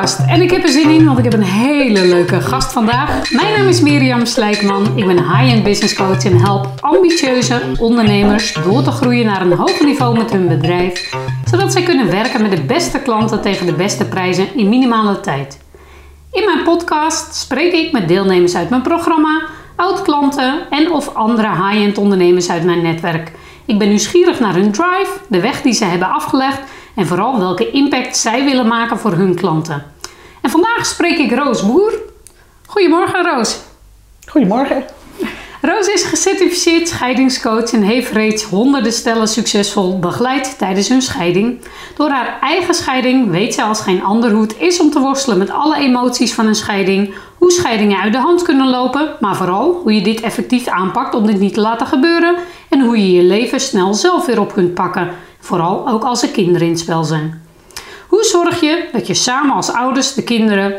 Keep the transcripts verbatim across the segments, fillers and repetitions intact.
podcast. En ik heb er zin in, want ik heb een hele leuke gast vandaag. Mijn naam is Mirjam Slijkman. Ik ben high-end business coach en help ambitieuze ondernemers door te groeien naar een hoger niveau met hun bedrijf, zodat zij kunnen werken met de beste klanten tegen de beste prijzen in minimale tijd. In mijn podcast spreek ik met deelnemers uit mijn programma, oud-klanten en of andere high-end ondernemers uit mijn netwerk. Ik ben nieuwsgierig naar hun drive, de weg die ze hebben afgelegd en vooral welke impact zij willen maken voor hun klanten. En vandaag spreek ik Roos Boer. Goedemorgen Roos. Goedemorgen. Roos is gecertificeerd scheidingscoach en heeft reeds honderden stellen succesvol begeleid tijdens hun scheiding. Door haar eigen scheiding weet zij als geen ander hoe het is om te worstelen met alle emoties van een scheiding, hoe scheidingen uit de hand kunnen lopen, maar vooral hoe je dit effectief aanpakt om dit niet te laten gebeuren en hoe je je leven snel zelf weer op kunt pakken, vooral ook als er kinderen in het spel zijn. Hoe zorg je dat je samen als ouders de kinderen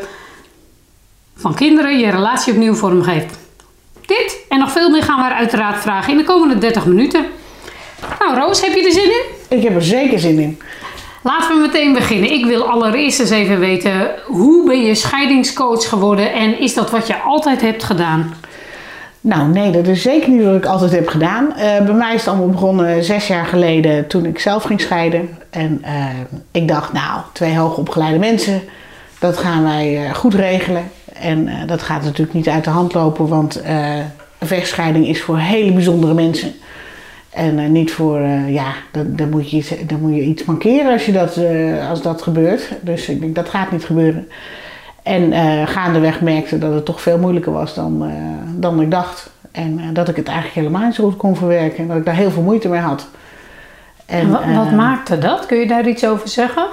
van kinderen je relatie opnieuw vormgeeft? Dit en nog veel meer gaan we er uiteraard vragen in de komende dertig minuten. Nou Roos, heb je er zin in? Ik heb er zeker zin in. Laten we meteen beginnen. Ik wil allereerst eens even weten, hoe ben je scheidingscoach geworden en is dat wat je altijd hebt gedaan? Nou nee, dat is zeker niet wat ik altijd heb gedaan. Uh, bij mij is het allemaal begonnen zes jaar geleden toen ik zelf ging scheiden. En uh, ik dacht, nou, twee hoogopgeleide mensen, dat gaan wij uh, goed regelen. En uh, dat gaat natuurlijk niet uit de hand lopen, want uh, een vechtscheiding is voor hele bijzondere mensen. En uh, niet voor, uh, ja, dan, dan, moet je iets, dan moet je iets mankeren als, je dat, uh, als dat gebeurt. Dus ik denk, dat gaat niet gebeuren. En uh, gaandeweg merkte dat het toch veel moeilijker was dan, uh, dan ik dacht. En uh, dat ik het eigenlijk helemaal niet zo goed kon verwerken. En dat ik daar heel veel moeite mee had. En, wat, uh, wat maakte dat? Kun je daar iets over zeggen?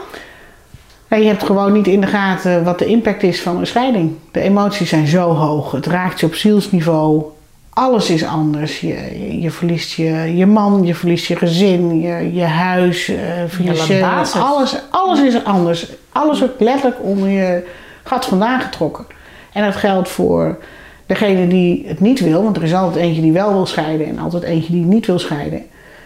Ja, je hebt gewoon niet in de gaten wat de impact is van een scheiding. De emoties zijn zo hoog. Het raakt je op zielsniveau. Alles is anders. Je, je verliest je, je man, je verliest je gezin, je, je huis, uh, financieel. Alles, alles is anders. Alles wordt letterlijk onder je gat vandaan getrokken. En dat geldt voor degene die het niet wil. Want er is altijd eentje die wel wil scheiden en altijd eentje die niet wil scheiden.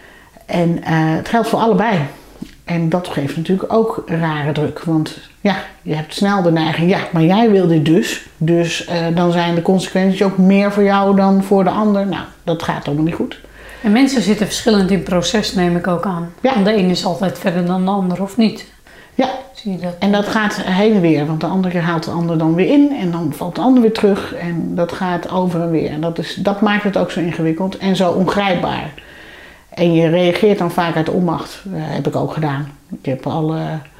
En uh, het geldt voor allebei. En dat geeft natuurlijk ook een rare druk. Want ja, je hebt snel de neiging, ja, maar jij wil dit dus. Dus uh, dan zijn de consequenties ook meer voor jou dan voor de ander. Nou, dat gaat allemaal niet goed. En mensen zitten verschillend in het proces, neem ik ook aan. Ja. Want de ene is altijd verder dan de ander, of niet? Ja, zie je dat? En dat gaat heen en weer. Want de andere haalt de ander dan weer in. En dan valt de ander weer terug. En dat gaat over en weer. En dat, is, dat maakt het ook zo ingewikkeld en zo ongrijpbaar. En je reageert dan vaak uit onmacht. Dat heb ik ook gedaan. Ik heb alle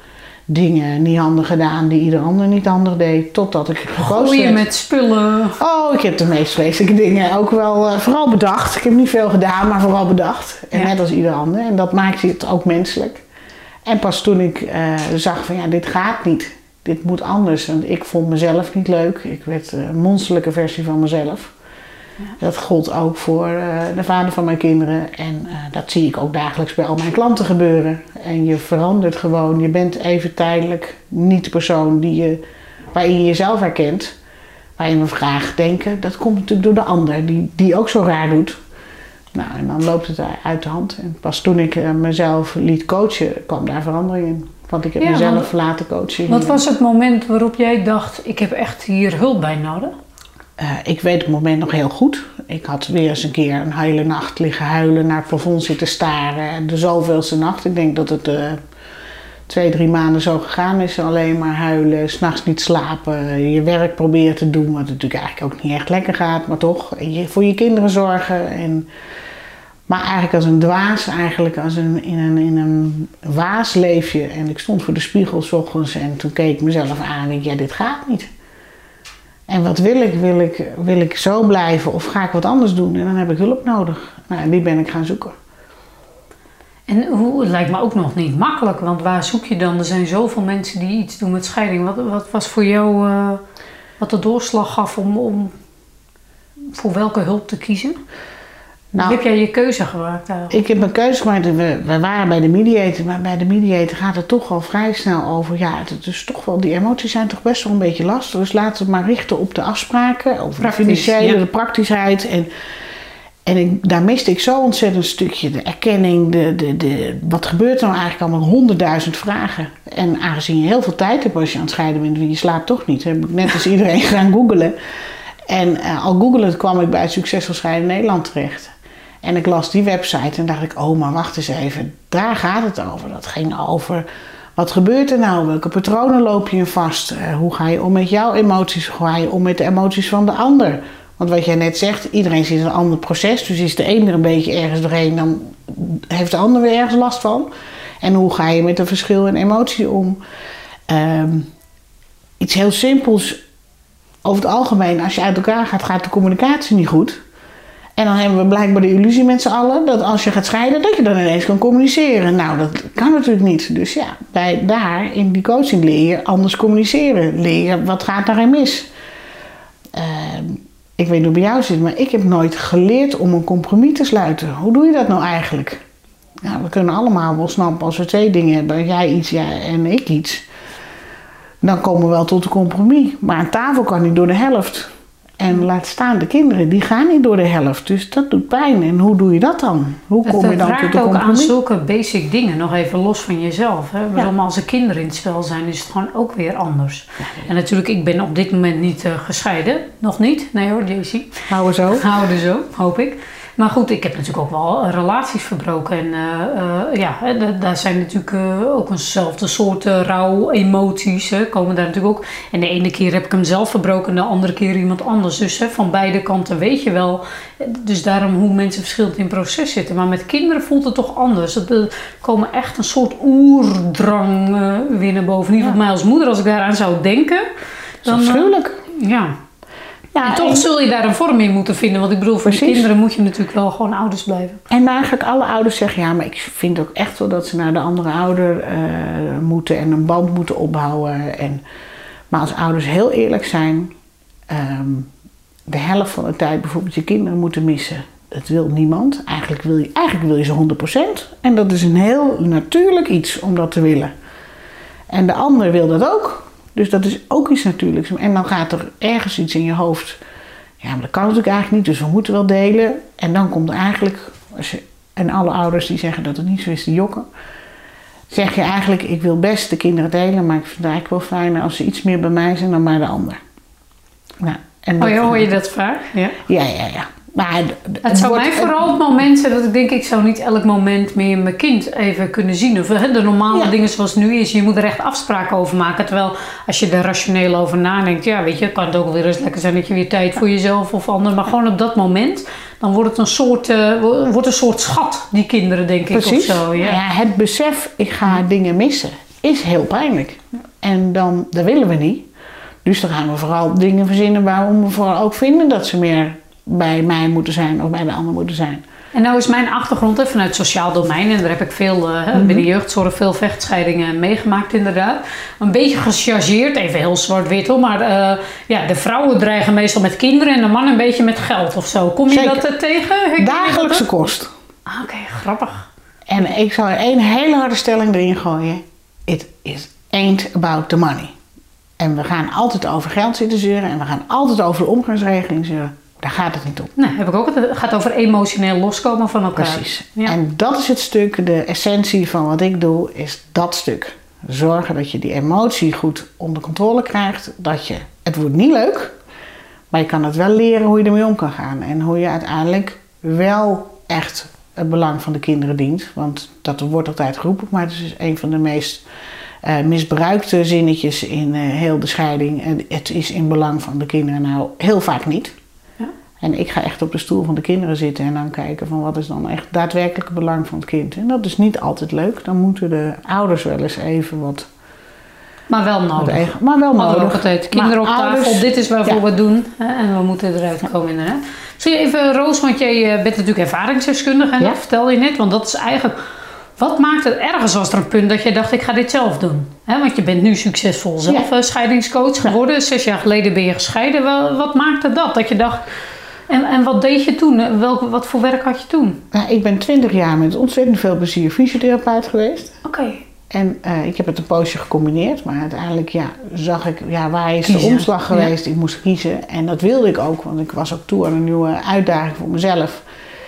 dingen niet handig gedaan die ieder ander niet handig deed. Totdat ik gekozen werd. Gooien met spullen. Oh, ik heb de meest vreselijke dingen ook wel uh, vooral bedacht. Ik heb niet veel gedaan, maar vooral bedacht. En ja. Net als ieder ander. En dat maakt het ook menselijk. En pas toen ik uh, zag van ja, dit gaat niet. Dit moet anders. Want ik vond mezelf niet leuk. Ik werd een monsterlijke versie van mezelf. Ja. Dat gold ook voor uh, de vader van mijn kinderen. En uh, dat zie ik ook dagelijks bij al mijn klanten gebeuren. En je verandert gewoon. Je bent even tijdelijk niet de persoon die je, waarin je jezelf herkent. Waarin we graag denken. Dat komt natuurlijk door de ander die, die ook zo raar doet. Nou, en dan loopt het uit de hand. En pas toen ik uh, mezelf liet coachen, kwam daar verandering in. Want ik heb ja, mezelf laten coachen. Wat was het moment waarop jij dacht, ik heb echt hier hulp bij nodig? Uh, ik weet het moment nog heel goed. Ik had weer eens een keer een hele nacht liggen huilen, naar het plafond zitten staren. De zoveelste nacht. Ik denk dat het uh, twee, drie maanden zo gegaan is. Alleen maar huilen, 's nachts niet slapen, je werk proberen te doen. Wat natuurlijk eigenlijk ook niet echt lekker gaat, maar toch. En je, voor je kinderen zorgen. En, maar eigenlijk als een dwaas, eigenlijk als een, in, een, in een waas leef je. En ik stond voor de spiegel 's ochtends en toen keek ik mezelf aan en ik, ja, dit gaat niet. En wat wil ik? Wil ik, wil ik zo blijven of ga ik wat anders doen? En dan heb ik hulp nodig. Nou, en die ben ik gaan zoeken. En hoe, het lijkt me ook nog niet makkelijk, want waar zoek je dan? Er zijn zoveel mensen die iets doen met scheiding. Wat, wat was voor jou, uh, wat de doorslag gaf om, om voor welke hulp te kiezen? Nou, heb jij je keuze gemaakt eigenlijk? Ik heb mijn keuze gemaakt. We, we waren bij de mediator, maar bij de mediator gaat het toch al vrij snel over. Ja, het is toch wel, die emoties zijn toch best wel een beetje lastig. Dus laten we maar richten op de afspraken, over Praktisch, de financiële, ja. de praktischheid. En, En ik, daar miste ik zo ontzettend een stukje. De erkenning, de, de, de, wat gebeurt er nou eigenlijk allemaal? Honderdduizend vragen. En aangezien je heel veel tijd hebt als je aan het scheiden bent, je slaapt toch niet. Heb ik net als iedereen gaan googlen. En uh, al googelend kwam ik bij Succesvol Scheiden Nederland terecht. En ik las die website en dacht ik, oh maar wacht eens even. Daar gaat het over. Dat ging over, wat gebeurt er nou? Welke patronen loop je in vast? Uh, hoe ga je om met jouw emoties? Hoe ga je om met de emoties van de ander? Want wat jij net zegt, iedereen zit in een ander proces. Dus is de een er een beetje ergens doorheen, dan heeft de ander weer ergens last van. En hoe ga je met een verschil in emotie om? Um, iets heel simpels. Over het algemeen, als je uit elkaar gaat, gaat de communicatie niet goed. En dan hebben we blijkbaar de illusie met z'n allen dat als je gaat scheiden, dat je dan ineens kan communiceren. Nou, dat kan natuurlijk niet. Dus ja, bij, daar in die coaching leer je anders communiceren. Leer je, wat gaat daarin mis? Um, Ik weet niet hoe het bij jou zit, maar ik heb nooit geleerd om een compromis te sluiten. Hoe doe je dat nou eigenlijk? Ja, we kunnen allemaal wel snappen als we twee dingen hebben. Jij iets ja, en ik iets. Dan komen we wel tot een compromis. Maar een tafel kan niet door de helft. En laat staan de kinderen, die gaan niet door de helft. Dus dat doet pijn. En hoe doe je dat dan? Hoe het, kom je dan tot een compromis? Het raakt ook aan zulke basic dingen, nog even los van jezelf. Hè? Ja. Maar als er kinderen in het spel zijn, is het gewoon ook weer anders. Ja. En natuurlijk, ik ben op dit moment niet uh, gescheiden. Nog niet. Nee hoor, Daisy. Houden zo. Houden zo, hoop ik. Maar goed, ik heb natuurlijk ook wel relaties verbroken. En uh, uh, ja, hè, daar zijn natuurlijk uh, ook eenzelfde soort uh, rouw, emoties hè, komen daar natuurlijk ook. En de ene keer heb ik hem zelf verbroken en de andere keer iemand anders. Dus hè, van beide kanten weet je wel. Dus daarom hoe mensen verschillend in het proces zitten. Maar met kinderen voelt het toch anders. Er komen echt een soort oerdrang uh, weer naar boven. In ieder geval ja. mij als moeder, als ik daaraan zou denken. Dan, dat is afschuwelijk. Uh, ja. Ja, en toch en... zul je daar een vorm in moeten vinden. Want ik bedoel, voor de kinderen moet je natuurlijk wel gewoon ouders blijven. En eigenlijk alle ouders zeggen, ja, maar ik vind ook echt wel dat ze naar de andere ouder uh, moeten en een band moeten opbouwen. En, maar als ouders heel eerlijk zijn, um, de helft van de tijd bijvoorbeeld je kinderen moeten missen. Dat wil niemand. Eigenlijk wil je, eigenlijk wil je ze honderd procent. En dat is een heel natuurlijk iets om dat te willen. En de ander wil dat ook. Dus dat is ook iets natuurlijks. En dan gaat er ergens iets in je hoofd. Ja, maar dat kan natuurlijk eigenlijk niet. Dus we moeten wel delen. En dan komt er eigenlijk... Als je, en alle ouders die zeggen dat het niet zo is, die jokken. Zeg je eigenlijk, ik wil best de kinderen delen. Maar ik vind het eigenlijk wel fijner als ze iets meer bij mij zijn dan bij de ander. Nou, en oh ja, hoor je dat vaak? Ja, ja, ja. ja. Maar het, het zou mij vooral het moment zijn dat ik denk, ik zou niet elk moment meer mijn kind even kunnen zien. Of de normale ja. dingen zoals het nu is, je moet er echt afspraken over maken. Terwijl als je er rationeel over nadenkt, ja weet je, kan het ook weer eens lekker zijn dat je weer tijd voor jezelf of anderen. Maar gewoon op dat moment, dan wordt het een soort, uh, wordt een soort schat, die kinderen denk ik. Precies. Of zo. Ja. Ja, het besef, ik ga dingen missen, is heel pijnlijk. En dan, dat willen we niet. Dus dan gaan we vooral dingen verzinnen waarom we vooral ook vinden dat ze meer bij mij moeten zijn of bij de ander moeten zijn. En nou is mijn achtergrond hè, vanuit het sociaal domein. En daar heb ik veel uh, mm-hmm. binnen jeugdzorg veel vechtscheidingen meegemaakt inderdaad. Een beetje gechargeerd, even heel zwart-wit hoor. Maar uh, ja, de vrouwen dreigen meestal met kinderen en de man een beetje met geld of zo. Kom je Zeker. dat uh, tegen? Herken Dagelijkse dat? kost. Ah, Oké, okay, grappig. En ik zou er één hele harde stelling erin gooien. It is ain't about the money. En we gaan altijd over geld zitten zeuren. En we gaan altijd over de omgangsregeling zeuren. Daar gaat het niet om. Nee, heb ik ook. Het gaat over emotioneel loskomen van elkaar. Precies. Ja. En dat is het stuk, de essentie van wat ik doe, is dat stuk. Zorgen dat je die emotie goed onder controle krijgt. Dat je, het wordt niet leuk, maar je kan het wel leren hoe je ermee om kan gaan. En hoe je uiteindelijk wel echt het belang van de kinderen dient. Want dat wordt altijd geroepen, maar het is een van de meest uh, misbruikte zinnetjes in uh, heel de scheiding. En het is in belang van de kinderen nou heel vaak niet. En ik ga echt op de stoel van de kinderen zitten en dan kijken van wat is dan echt daadwerkelijk het belang van het kind. En dat is niet altijd leuk. Dan moeten de ouders wel eens even wat... Maar wel nodig. Eigen, maar wel nodig. Ook altijd. Kinderen maar op tafel, ouders, dit is waarvoor ja. we het doen. Hè, en we moeten eruit komen inderdaad. Zie je even, Roos, want jij bent natuurlijk ervaringsdeskundige. Ja. Dat vertel je net. Want dat is eigenlijk... Wat maakt het ergens als er een punt dat je dacht, ik ga dit zelf doen? He, want je bent nu succesvol zelf ja. scheidingscoach geworden. Ja. Zes jaar geleden ben je gescheiden. Wat, wat maakte dat? Dat je dacht... En, en wat deed je toen? Welk, wat voor werk had je toen? Nou, ik ben twintig jaar met ontzettend veel plezier fysiotherapeut geweest. Oké. Okay. En uh, ik heb het een poosje gecombineerd. Maar uiteindelijk ja, zag ik, ja, waar is kiezen. de omslag geweest? Ja. Ik moest kiezen. En dat wilde ik ook, want ik was ook toe aan een nieuwe uitdaging voor mezelf.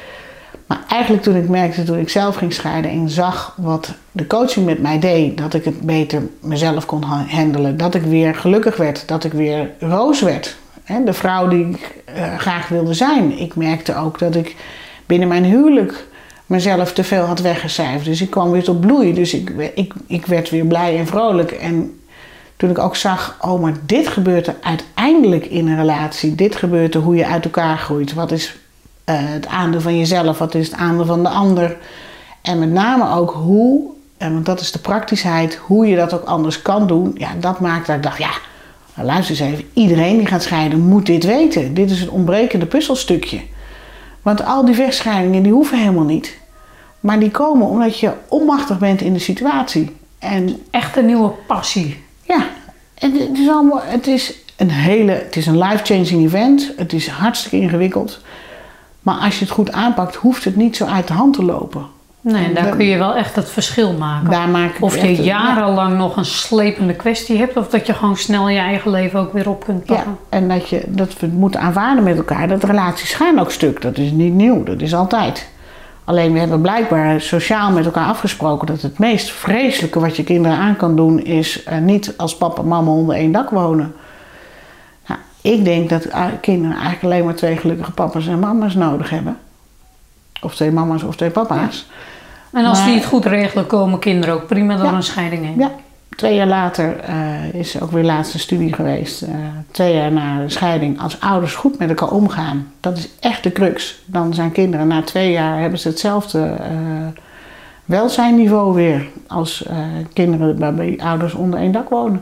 Maar eigenlijk toen ik merkte, toen ik zelf ging scheiden en zag wat de coaching met mij deed, dat ik het beter mezelf kon handelen, dat ik weer gelukkig werd, dat ik weer Roos werd. Hè, de vrouw die ik uh, graag wilde zijn. Ik merkte ook dat ik binnen mijn huwelijk mezelf te veel had weggecijferd. Dus ik kwam weer tot bloei. Dus ik, ik, ik werd weer blij en vrolijk. En toen ik ook zag, oh, maar dit gebeurt er uiteindelijk in een relatie. Dit gebeurt er hoe je uit elkaar groeit. Wat is uh, het aandeel van jezelf? Wat is het aandeel van de ander? En met name ook hoe, en want dat is de praktischheid, hoe je dat ook anders kan doen. Ja, dat maakt dat ik dacht, ja, luister eens even. Iedereen die gaat scheiden moet dit weten. Dit is het ontbrekende puzzelstukje. Want al die vechtscheidingen die hoeven helemaal niet. Maar die komen omdat je onmachtig bent in de situatie. En echt een nieuwe passie. Ja, het is, allemaal, het is een hele, het is een life-changing event. Het is hartstikke ingewikkeld. Maar als je het goed aanpakt, hoeft het niet zo uit de hand te lopen. Nee, en daar dat, kun je wel echt het verschil maken. Daar maak ik of je echt, jarenlang ja. nog een slepende kwestie hebt, of dat je gewoon snel je eigen leven ook weer op kunt pakken. Ja, en dat, je, dat we het moeten aanvaarden met elkaar. Dat relaties gaan ook stuk. Dat is niet nieuw, dat is altijd. Alleen we hebben blijkbaar sociaal met elkaar afgesproken dat het meest vreselijke wat je kinderen aan kan doen is uh, niet als papa en mama onder één dak wonen. Nou, ik denk dat kinderen eigenlijk alleen maar twee gelukkige papa's en mama's nodig hebben. Of twee mama's of twee papa's. Ja. En als maar, die het goed regelen, komen kinderen ook prima door ja, een scheiding heen. Ja, twee jaar later uh, is ook weer laatste studie geweest. Uh, twee jaar na de scheiding. Als ouders goed met elkaar omgaan, dat is echt de crux. Dan zijn kinderen na twee jaar hebben ze hetzelfde uh, welzijnniveau weer als uh, kinderen waarbij ouders onder één dak wonen.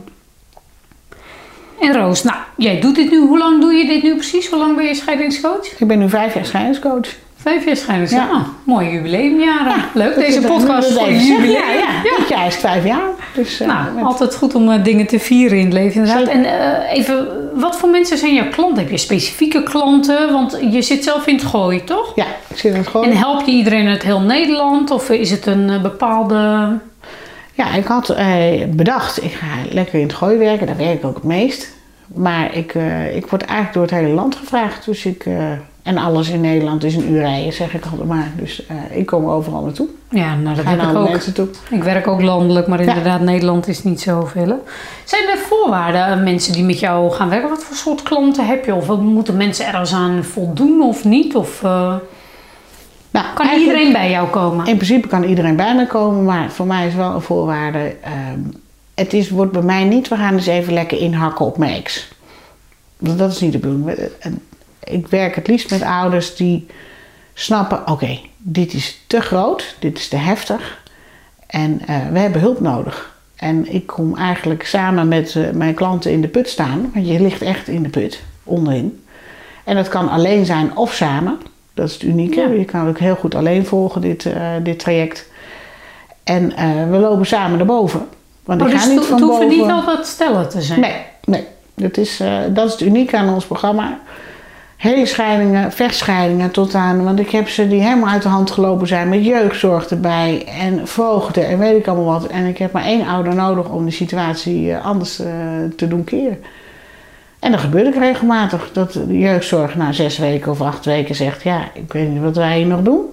En Roos, nou, jij doet dit nu. Hoe lang doe je dit nu precies? Hoe lang ben je scheidingscoach? Ik ben nu vijf jaar scheidingscoach. Vijf jaar scheidingscoach. Ja. Oh, mooie jubileumjaren. Ja, leuk, deze podcast voor je jubileum. Ja, ja. Ja. Dit jaar is het vijf jaar. Dus, uh, nou, met... altijd goed om uh, dingen te vieren in het leven inderdaad. Zeker. En uh, even, wat voor mensen zijn jouw klanten? Heb je specifieke klanten? Want je zit zelf in het Gooi, toch? Ja, ik zit in het Gooi. En help je iedereen uit heel Nederland? Of is het een uh, bepaalde... Ja, ik had uh, bedacht, ik ga lekker in het Gooi werken. Daar werk ik ook het meest. Maar ik, uh, ik word eigenlijk door het hele land gevraagd. Dus ik, uh, en alles in Nederland is een uur rijden, zeg ik altijd maar. Dus uh, ik kom overal naartoe. Ja, nou dat heb ik ook. Mensen toe. Ik werk ook landelijk, maar inderdaad, ja. Nederland is niet zoveel. Zijn er voorwaarden, mensen die met jou gaan werken? Wat voor soort klanten heb je? Of moeten mensen ergens aan voldoen of niet? Of uh, nou, kan iedereen bij jou komen? In principe kan iedereen bij me komen, maar voor mij is wel een voorwaarde... Uh, Het is, wordt bij mij niet, we gaan dus even lekker inhakken op mijn ex. Dat is niet de bedoeling. Ik werk het liefst met ouders die snappen, oké, okay, dit is te groot, dit is te heftig en uh, we hebben hulp nodig. En ik kom eigenlijk samen met uh, mijn klanten in de put staan, want je ligt echt in de put, onderin. En dat kan alleen zijn of samen, dat is het unieke. Ja. Je kan het ook heel goed alleen volgen, dit, uh, dit traject. En uh, we lopen samen naar boven. Want oh, ik dus ga niet het van hoeven boven... niet altijd stellen te zijn? Nee, nee. Dat is, uh, dat is het unieke aan ons programma. Hele scheidingen, vechtscheidingen tot aan... Want ik heb ze die helemaal uit de hand gelopen zijn met jeugdzorg erbij en voogden en weet ik allemaal wat. En ik heb maar één ouder nodig om de situatie uh, anders uh, te doen keren. En dat gebeurt ook regelmatig. Dat de jeugdzorg na zes weken of acht weken zegt... Ja, ik weet niet wat wij hier nog doen.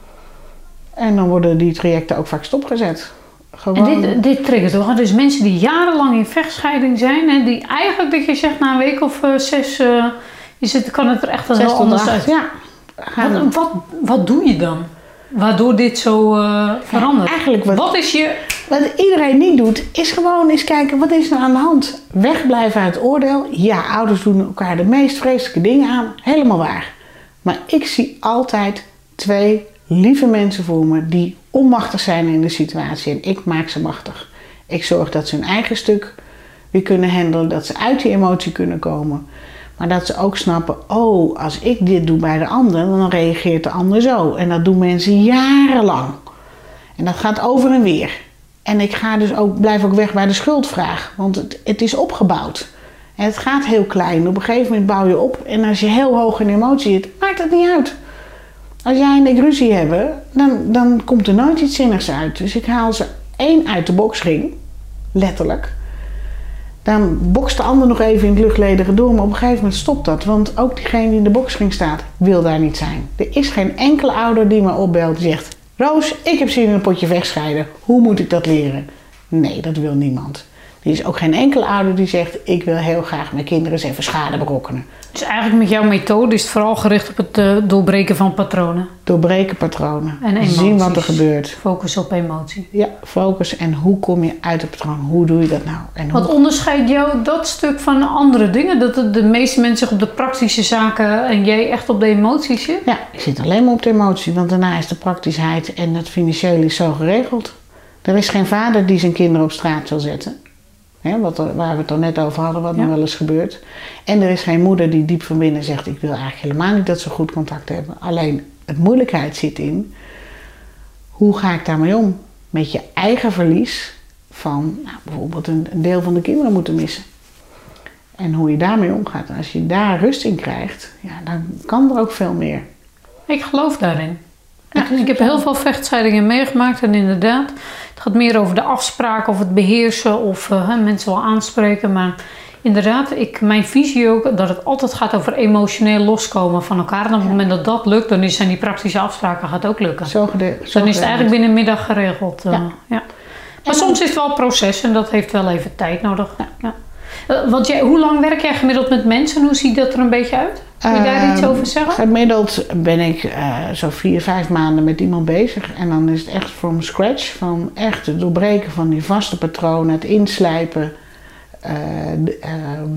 En dan worden die trajecten ook vaak stopgezet. Gewoon. En dit, dit triggert toch? Dus mensen die jarenlang in vechtscheiding zijn... en die eigenlijk, dat je zegt, na een week of uh, zes... Uh, is het, kan het er echt wel heel anders uit. Ja. Wat, wat, wat doe je dan? Waardoor dit zo uh, verandert? Ja, eigenlijk wat, wat is je... Wat iedereen niet doet, is gewoon eens kijken... wat is er aan de hand? Wegblijven uit het oordeel. Ja, ouders doen elkaar de meest vreselijke dingen aan. Helemaal waar. Maar ik zie altijd twee lieve mensen voor me... die onmachtig zijn in de situatie. En ik maak ze machtig. Ik zorg dat ze hun eigen stuk weer kunnen handelen. Dat ze uit die emotie kunnen komen. Maar dat ze ook snappen... oh, als ik dit doe bij de ander... dan reageert de ander zo. En dat doen mensen jarenlang. En dat gaat over en weer. En ik ga dus ook, blijf ook weg bij de schuldvraag. Want het, het is opgebouwd. En het gaat heel klein. Op een gegeven moment bouw je op. En als je heel hoog in emotie zit... maakt het niet uit. Als jij en ik ruzie hebben... dan, dan komt er nooit iets zinnigs uit. Dus ik haal ze één uit de boxring. Letterlijk. Dan bokst de ander nog even in het luchtledige door, maar op een gegeven moment stopt dat. Want ook diegene die in de boksring staat, wil daar niet zijn. Er is geen enkele ouder die me opbelt en zegt... Roos, ik heb zin in een potje vechtscheiden. Hoe moet ik dat leren? Nee, dat wil niemand. Er is ook geen enkele ouder die zegt... ik wil heel graag mijn kinderen eens even schade berokkenen. Dus eigenlijk met jouw methode is het vooral gericht op het uh, doorbreken van patronen. Doorbreken patronen. En emoties. Zien wat er gebeurt. Focus op emotie. Ja, focus. En hoe kom je uit het patroon? Hoe doe je dat nou? En wat hoe... onderscheidt jou dat stuk van andere dingen? Dat de, de meeste mensen zich op de praktische zaken en jij echt op de emoties zit? Ja, ik zit alleen maar op de emotie. Want daarna is de praktischheid en het financiële is zo geregeld. Er is geen vader die zijn kinderen op straat wil zetten. He, wat er, waar we het al net over hadden, wat ja. nog wel eens gebeurt. En er is geen moeder die diep van binnen zegt... ik wil eigenlijk helemaal niet dat ze goed contact hebben. Alleen het moeilijkheid zit in... hoe ga ik daarmee om? Met je eigen verlies van nou, bijvoorbeeld een, een deel van de kinderen moeten missen. En hoe je daarmee omgaat. En als je daar rust in krijgt, ja, dan kan er ook veel meer. Ik geloof daarin. Ja, ik heb heel veel vechtscheidingen meegemaakt en inderdaad, het gaat meer over de afspraken of het beheersen of uh, mensen wel aanspreken. Maar inderdaad, ik, mijn visie ook dat het altijd gaat over emotioneel loskomen van elkaar. En op het ja. moment dat dat lukt, dan zijn die praktische afspraken gaat ook lukken. Zo gede- zo dan is het eigenlijk binnen een middag geregeld. Uh, ja. Ja. Maar en soms is het wel een proces en dat heeft wel even tijd nodig. Ja. Ja. Uh, want jij, hoe lang werk jij gemiddeld met mensen? Hoe ziet dat er een beetje uit? Kun je daar uh, iets over zeggen? Gemiddeld ben ik uh, zo vier, vijf maanden met iemand bezig. En dan is het echt from scratch. Van echt het doorbreken van die vaste patronen. Het inslijpen. Uh, de, uh,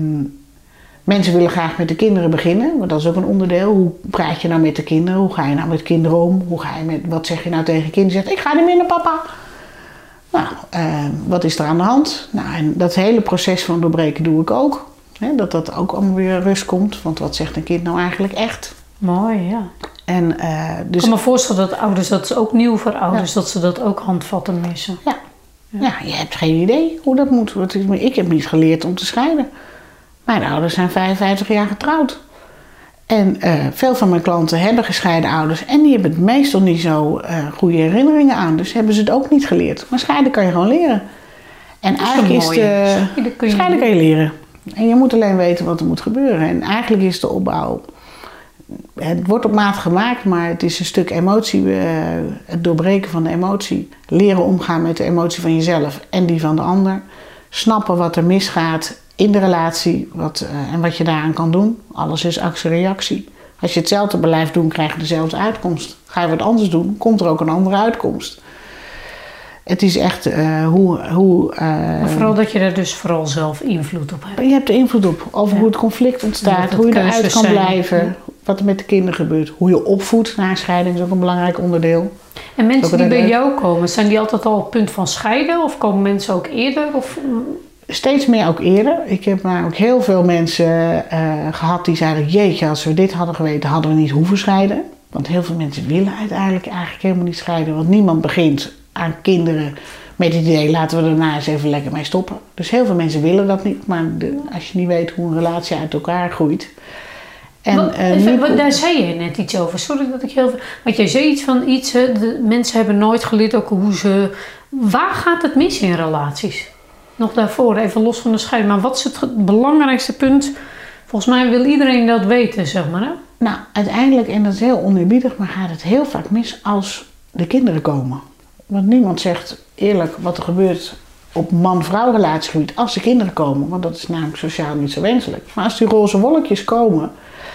mensen willen graag met de kinderen beginnen. Want dat is ook een onderdeel. Hoe praat je nou met de kinderen? Hoe ga je nou met kinderen om? Hoe ga je met, wat zeg je nou tegen kinderen? Zegt, ik ga niet meer naar papa. Nou, uh, wat is er aan de hand? Nou, en dat hele proces van doorbreken doe ik ook. He, dat dat ook allemaal weer rust komt. Want wat zegt een kind nou eigenlijk echt? Mooi, ja. En, uh, dus... Ik kan me voorstellen dat ouders, dat is ook nieuw voor ouders, ja. dat ze dat ook handvatten missen. Ja. Ja. ja, je hebt geen idee hoe dat moet. Ik heb niet geleerd om te scheiden. Mijn ouders zijn vijfenvijftig jaar getrouwd. En uh, veel van mijn klanten hebben gescheiden ouders. En die hebben het meestal niet zo uh, goede herinneringen aan. Dus hebben ze het ook niet geleerd. Maar scheiden kan je gewoon leren. En eigenlijk is de... Scheiden kan je leren. En je moet alleen weten wat er moet gebeuren. En eigenlijk is de opbouw... Het wordt op maat gemaakt, maar het is een stuk emotie. Uh, het doorbreken van de emotie. Leren omgaan met de emotie van jezelf en die van de ander. Snappen wat er misgaat in de relatie wat, uh, en wat je daaraan kan doen. Alles is actie-reactie. Als je hetzelfde blijft doen, krijg je dezelfde uitkomst. Ga je wat anders doen, komt er ook een andere uitkomst. Het is echt uh, hoe... hoe uh, maar vooral dat je daar dus vooral zelf invloed op hebt. Je hebt er invloed op. Over ja. hoe het conflict ontstaat, hoe je eruit kan zijn. blijven. Ja. Wat er met de kinderen gebeurt. Hoe je opvoedt na een scheiding is ook een belangrijk onderdeel. En mensen die bij uit... jou komen, zijn die altijd al op het punt van scheiden? Of komen mensen ook eerder? Of... Steeds meer ook eerder. Ik heb maar ook heel veel mensen uh, gehad die zeiden... Jeetje, als we dit hadden geweten, hadden we niet hoeven scheiden. Want heel veel mensen willen uiteindelijk eigenlijk helemaal niet scheiden. Want niemand begint aan kinderen met het idee... laten we daarna eens even lekker mee stoppen. Dus heel veel mensen willen dat niet. Maar de, als je niet weet hoe een relatie uit elkaar groeit... En, wat, uh, even, wat, daar zei je net iets over. Sorry dat ik heel veel... Want jij zei iets van iets... De mensen hebben nooit geleerd ook hoe ze... Waar gaat het mis in relaties? Nog daarvoor, even los van de scheiding. Maar wat is het belangrijkste punt? Volgens mij wil iedereen dat weten, zeg maar. Hè? Nou, uiteindelijk, en dat is heel oneerbiedig... maar gaat het heel vaak mis als de kinderen komen. Want niemand zegt eerlijk wat er gebeurt... op man-vrouw relatiegebied als de kinderen komen. Want dat is namelijk sociaal niet zo wenselijk. Maar als die roze wolkjes komen...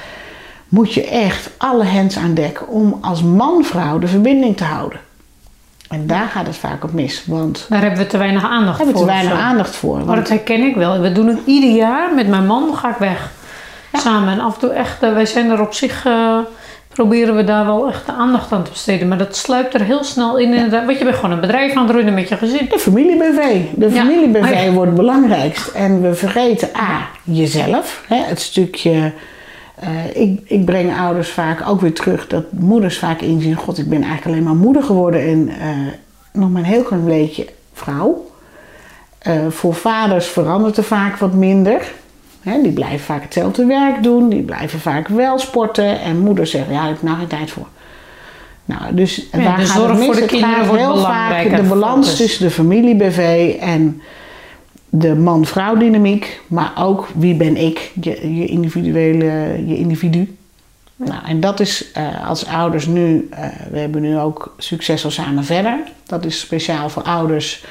moet je echt alle hens aan dek om als man-vrouw de verbinding te houden. En daar gaat het vaak op mis. Want daar hebben we te weinig aandacht voor. Hebben we te weinig aandacht voor. Maar dat herken ik wel. We doen het ieder jaar. Met mijn man ga ik weg. Ja. Samen. En af en toe echt, wij zijn er op zich... Uh, proberen we daar wel echt de aandacht aan te besteden. Maar dat sluipt er heel snel in. Ja. Want je bent gewoon een bedrijf aan het runnen met je gezin. De familie-B V. De familie-B V ja. wordt het belangrijkst. En we vergeten A, jezelf. Hè, het stukje... Uh, ik, ik breng ouders vaak ook weer terug dat moeders vaak inzien... God, ik ben eigenlijk alleen maar moeder geworden en uh, nog maar een heel klein beetje vrouw. Uh, voor vaders verandert er vaak wat minder. He, die blijven vaak hetzelfde werk doen, die blijven vaak wel sporten. En moeders zeggen, ja, daar heb ik nou geen tijd voor. Nou, dus ja, waar de gaat zorg het mis? voor de het kinderen gaat wordt heel vaak de balans focus. tussen de familie-B V en... de man-vrouw dynamiek, maar ook wie ben ik, je, je individuele, je individu. Ja. Nou, en dat is uh, als ouders nu, uh, we hebben nu ook Succesvol Samen Verder. Dat is speciaal voor ouders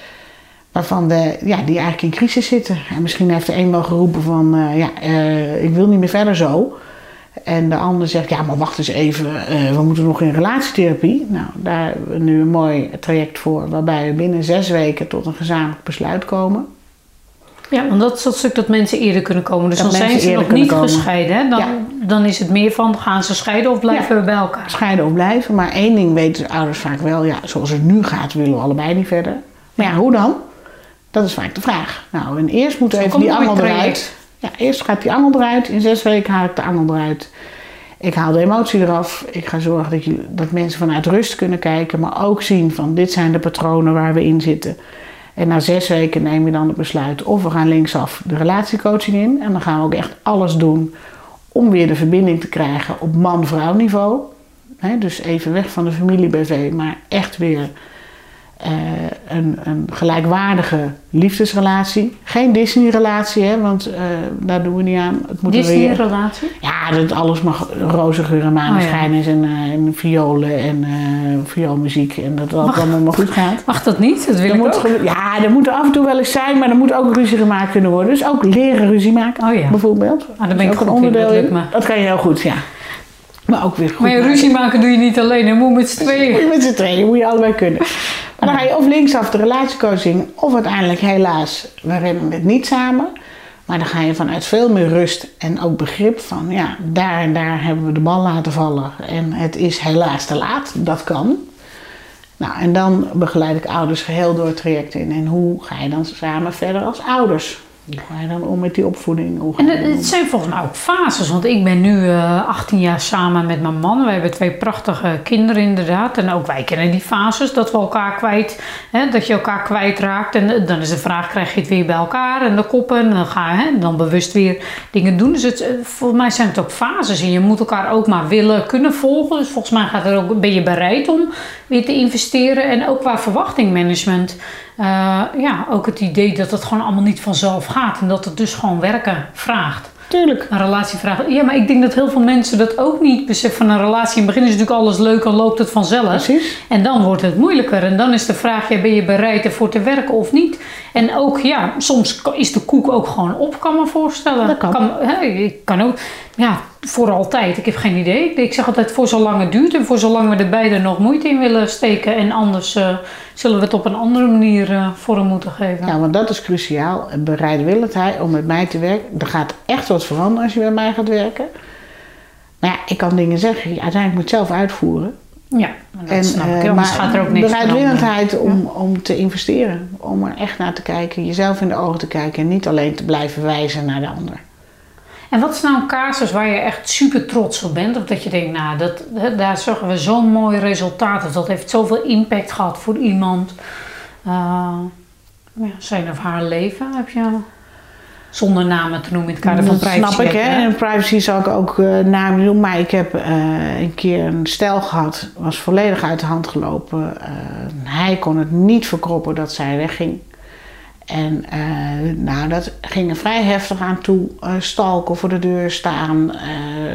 waarvan we, ja, die eigenlijk in crisis zitten. En misschien heeft de een wel geroepen van, uh, ja, uh, ik wil niet meer verder zo. En de ander zegt, ja, maar wacht eens even, uh, we moeten nog in relatietherapie. Nou, daar hebben we nu een mooi traject voor, waarbij we binnen zes weken tot een gezamenlijk besluit komen. Ja, want dat is dat stuk dat mensen eerder kunnen komen. Dus dat dan zijn ze nog niet komen. gescheiden. Hè? Dan, ja. dan is het meer van, gaan ze scheiden of blijven ja. we bij elkaar? Scheiden of blijven, maar één ding weten ouders vaak wel. Ja, zoals het nu gaat, willen we allebei niet verder. Maar ja, hoe dan? Dat is vaak de vraag. Nou, en eerst moeten we even die angel eruit. Ja, eerst gaat die angel eruit. In zes weken haal ik de angel eruit. Ik haal de emotie eraf. Ik ga zorgen dat, je, dat mensen vanuit rust kunnen kijken. Maar ook zien van, dit zijn de patronen waar we in zitten. En na zes weken neem je dan het besluit of we gaan linksaf de relatiecoaching in. En dan gaan we ook echt alles doen om weer de verbinding te krijgen op man-vrouw niveau. He, dus even weg van de familie-B V, maar echt weer uh, een, een gelijkwaardige liefdesrelatie. Geen Disney-relatie, hè, want uh, daar doen we niet aan. Disney-relatie? Ja, dat alles mag roze geur en maneschijn oh, ja. is en, uh, en violen en uh, vioolmuziek en dat het allemaal maar goed gaat. Mag dat niet? Dat wil ik moet, ook. Ja, er moet er af en toe wel eens zijn, maar er moet ook ruzie gemaakt kunnen worden. Dus ook leren ruzie maken, oh, ja. bijvoorbeeld. Ah, daar ben ik ook goed een onderdeel in, dat, in. Dat kan je heel goed, ja. Maar ook weer goed. Maar je ruzie maken doe je niet alleen, je moet met z'n tweeën. Met z'n tweeën, moet je allebei kunnen. Maar dan ga je of linksaf de relatiecoaching, of uiteindelijk helaas, we rennen het niet samen. Maar dan ga je vanuit veel meer rust en ook begrip van, ja, daar en daar hebben we de bal laten vallen. En het is helaas te laat, dat kan. Nou, en dan begeleid ik ouders geheel door het traject in. En hoe ga je dan samen verder als ouders? Hoe ga je dan om met die opvoeding? Hoe en het, het zijn volgens mij ook fases. Want ik ben nu uh, achttien jaar samen met mijn man. We hebben twee prachtige kinderen inderdaad. En ook wij kennen die fases. Dat we elkaar kwijt, hè, dat je elkaar kwijtraakt. En uh, dan is de vraag, krijg je het weer bij elkaar? En de koppen. En dan ga je hè, dan bewust weer dingen doen. Dus het, uh, volgens mij zijn het ook fases. En je moet elkaar ook maar willen kunnen volgen. Dus volgens mij gaat er ook, ben je bereid om weer te investeren. En ook qua verwachtingmanagement. Uh, ja, ook het idee dat het gewoon allemaal niet vanzelf gaat. En dat het dus gewoon werken vraagt. Tuurlijk. Een relatie vraagt. Ja, maar ik denk dat heel veel mensen dat ook niet beseffen. Van een relatie, in het begin is natuurlijk alles leuk en loopt het vanzelf. Precies. En dan wordt het moeilijker. En dan is de vraag, ja, ben je bereid ervoor te werken of niet? En ook, ja, soms is de koek ook gewoon op, kan me voorstellen. Dat kan. kan hè, ik kan ook, ja, voor altijd. Ik heb geen idee. Ik zeg altijd voor zolang het duurt en voor zolang we er beide nog moeite in willen steken. En anders uh, zullen we het op een andere manier uh, vorm moeten geven. Ja, want dat is cruciaal. Bereidwilligheid om met mij te werken. Er gaat echt wat veranderen als je met mij gaat werken. Maar ja, ik kan dingen zeggen. Je uiteindelijk moet je het zelf uitvoeren. Ja, dat en, snap ik. Uh, Anders gaat er ook niks bereidwilligheid om, om te investeren. Om er echt naar te kijken. Jezelf in de ogen te kijken. En niet alleen te blijven wijzen naar de ander. En wat is nou een casus waar je echt super trots op bent? Of dat je denkt, nou, dat, daar zorgen we zo'n mooi resultaat. Of dat heeft zoveel impact gehad voor iemand. Uh, ja, zijn of haar leven heb je... Zonder namen te noemen in het kader van privacy. Dat snap ik, hè. En privacy zal ik ook uh, namen noemen. Maar ik heb uh, een keer een stel gehad. Was volledig uit de hand gelopen. Uh, hij kon het niet verkroppen dat zij wegging. En uh, nou, dat ging er vrij heftig aan toe. Uh, stalken voor de deur staan. Uh,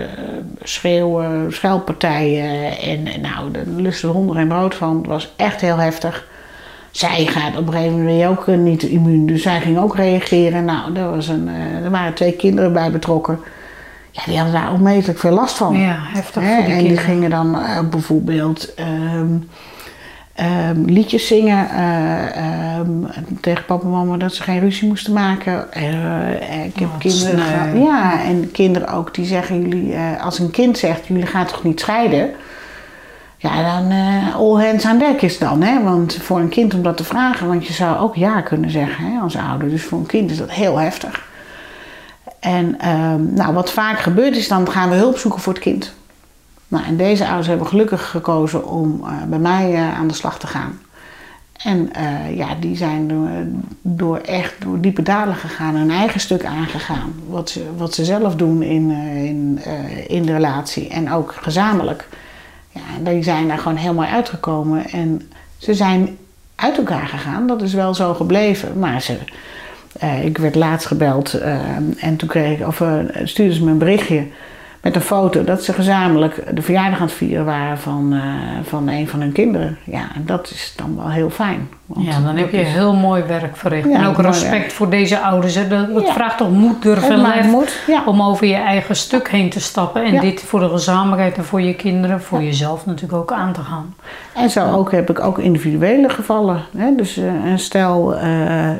schreeuwen, scheldpartijen. En uh, nou, daar lusten de honden geen brood van. Het was echt heel heftig. Zij gaat op een gegeven moment ook uh, niet immuun. Dus zij ging ook reageren. Nou, er, was een, uh, er waren twee kinderen bij betrokken. Ja, die hadden daar onmetelijk veel last van. Ja, heftig Hè? voor die en kinderen. die gingen dan uh, bijvoorbeeld... Um, Um, liedjes zingen uh, um, tegen papa en mama dat ze geen ruzie moesten maken. Uh, ik heb oh, kinderen gehad. Ja, en kinderen ook die zeggen, jullie, uh, als een kind zegt, jullie gaan toch niet scheiden? Ja, dan uh, all hands aan dek is dan, hè? Want voor een kind om dat te vragen, want je zou ook ja kunnen zeggen, hè, als ouder. Dus voor een kind is dat heel heftig. En um, nou, wat vaak gebeurt is, dan gaan we hulp zoeken voor het kind. Nou, en deze ouders hebben gelukkig gekozen om uh, bij mij uh, aan de slag te gaan. En uh, ja, die zijn door, door echt door diepe dalen gegaan, hun eigen stuk aangegaan. Wat ze, wat ze zelf doen in, uh, in, uh, in de relatie en ook gezamenlijk. Ja, die zijn daar gewoon heel mooi uitgekomen. En ze zijn uit elkaar gegaan, dat is wel zo gebleven. Maar ze, Uh, ik werd laatst gebeld uh, en toen kreeg ik, of, uh, stuurden ze me een berichtje met een foto dat ze gezamenlijk de verjaardag aan het vieren waren van, uh, van een van hun kinderen. Ja, en dat is dan wel heel fijn. Ja, dan heb je is... heel mooi werk verricht. Ja, en ook respect werk. Voor deze ouders. Hè. Dat, dat ja. vraagt toch moed, durf en lef ja. om over je eigen stuk heen te stappen. En ja. dit voor de gezamenlijkheid en voor je kinderen, voor ja. jezelf natuurlijk ook aan te gaan. En zo ook heb ik ook individuele gevallen. Hè. Dus uh, een stel, uh, uh,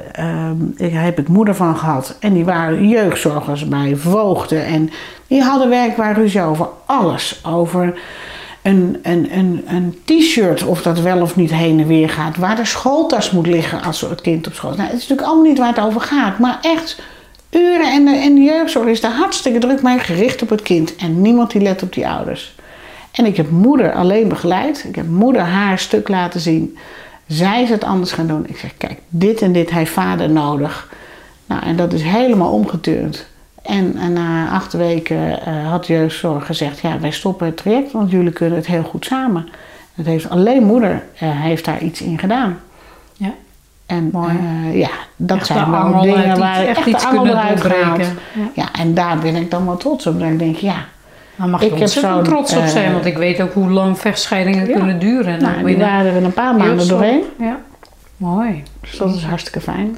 ik heb ik moeder van gehad. En die waren jeugdzorgers bij voogden. En die hadden werkbaar ruzie over alles. Over een, een, een, een t-shirt, of dat wel of niet heen en weer gaat. Waar de schooltas moet liggen als het kind op school is. Nou, het is natuurlijk allemaal niet waar het over gaat. Maar echt uren en de, en de jeugdzorg is daar hartstikke druk mee gericht op het kind. En niemand die let op die ouders. En ik heb moeder alleen begeleid. Ik heb moeder haar stuk laten zien. Zij is het anders gaan doen. Ik zeg, kijk, dit en dit heeft vader nodig. Nou, en dat is helemaal omgeturnd. En, en na acht weken uh, had jeugdzorg gezegd, ja, wij stoppen het traject, want jullie kunnen het heel goed samen. Het heeft alleen moeder uh, heeft daar iets in gedaan. Ja. En uh, ja, dat echt zijn wel dingen waar ik echt de angel eruit gehaald. Ja. ja, en daar ben ik dan wel trots op. Dan denk ik, ja. Daar mag je ik ontzettend trots op zijn, uh, want ik weet ook hoe lang vechtscheidingen ja. kunnen duren. En nou, die waren er een paar maanden doorheen. Ja, mooi. Dus dat is hartstikke fijn.